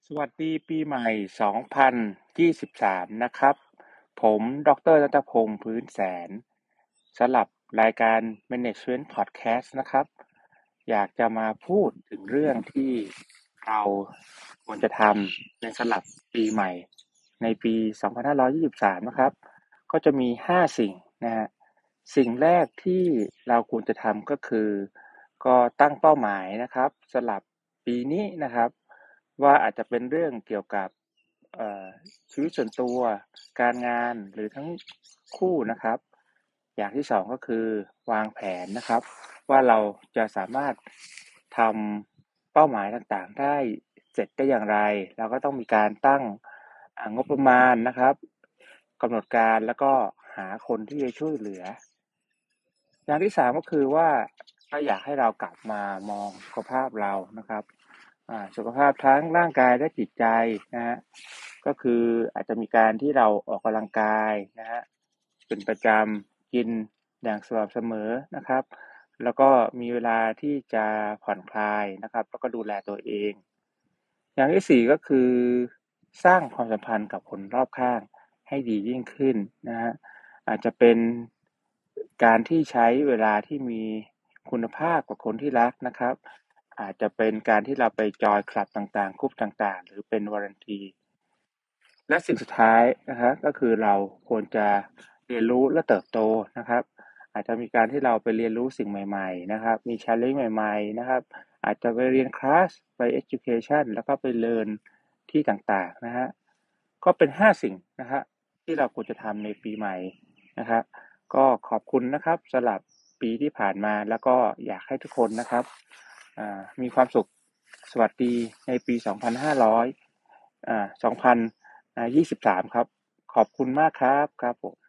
สวัสดีปีใหม่2023นะครับผมดรรัตพงษ์พื้นแสนสำหรับรายการ Management Podcast นะครับอยากจะมาพูดถึงเรื่องที่เราควรจะทำในสำหรับปีใหม่ในปี2523นะครับก็จะมี5สิ่งนะฮะสิ่งแรกที่เราควรจะทำก็คือก็ตั้งเป้าหมายนะครับสำหรับปีนี้นะครับว่าอาจจะเป็นเรื่องเกี่ยวกับชีวิตส่วนตัวการงานหรือทั้งคู่นะครับอย่างที่สองก็คือวางแผนนะครับว่าเราจะสามารถทำเป้าหมายต่างๆได้เสร็จได้อย่างไรเราก็ต้องมีการตั้งงบประมาณนะครับกำหนดการแล้วก็หาคนที่จะช่วยเหลืออย่างที่สามก็คือว่าก็อยากให้เรากลับมามองสุขภาพเรานะครับสุขภาพทั้งร่างกายและจิตใจนะฮะก็คืออาจจะมีการที่เราออกกำลังกายนะฮะเป็นประจำกินอย่างสม่ำเสมอนะครับแล้วก็มีเวลาที่จะผ่อนคลายนะครับแล้วก็ดูแลตัวเองอย่างที่สี่ก็คือสร้างความสัมพันธ์กับคนรอบข้างให้ดียิ่งขึ้นนะฮะอาจจะเป็นการที่ใช้เวลาที่มีคุณภาพกับคนที่รักนะครับอาจจะเป็นการที่เราไปจอยคลับต่างๆกลุ่มต่างๆหรือเป็นวอลันที และสิ่งสุดท้ายนะครับก็คือเราควรจะเรียนรู้และเติบโตนะครับอาจจะมีการที่เราไปเรียนรู้สิ่งใหม่ๆนะครับมี challenge ใหม่ๆนะครับอาจจะไปเรียนคลาสไป education แล้วก็ไปเรียนที่ต่างๆนะฮะก็เป็น5สิ่งนะฮะที่เราควรจะทำในปีใหม่นะครับก็ขอบคุณนะครับสำหรับปีที่ผ่านมาแล้วก็อยากให้ทุกคนนะครับมีความสุขสวัสดีในปี2500 2023ครับขอบคุณมากครับครับผม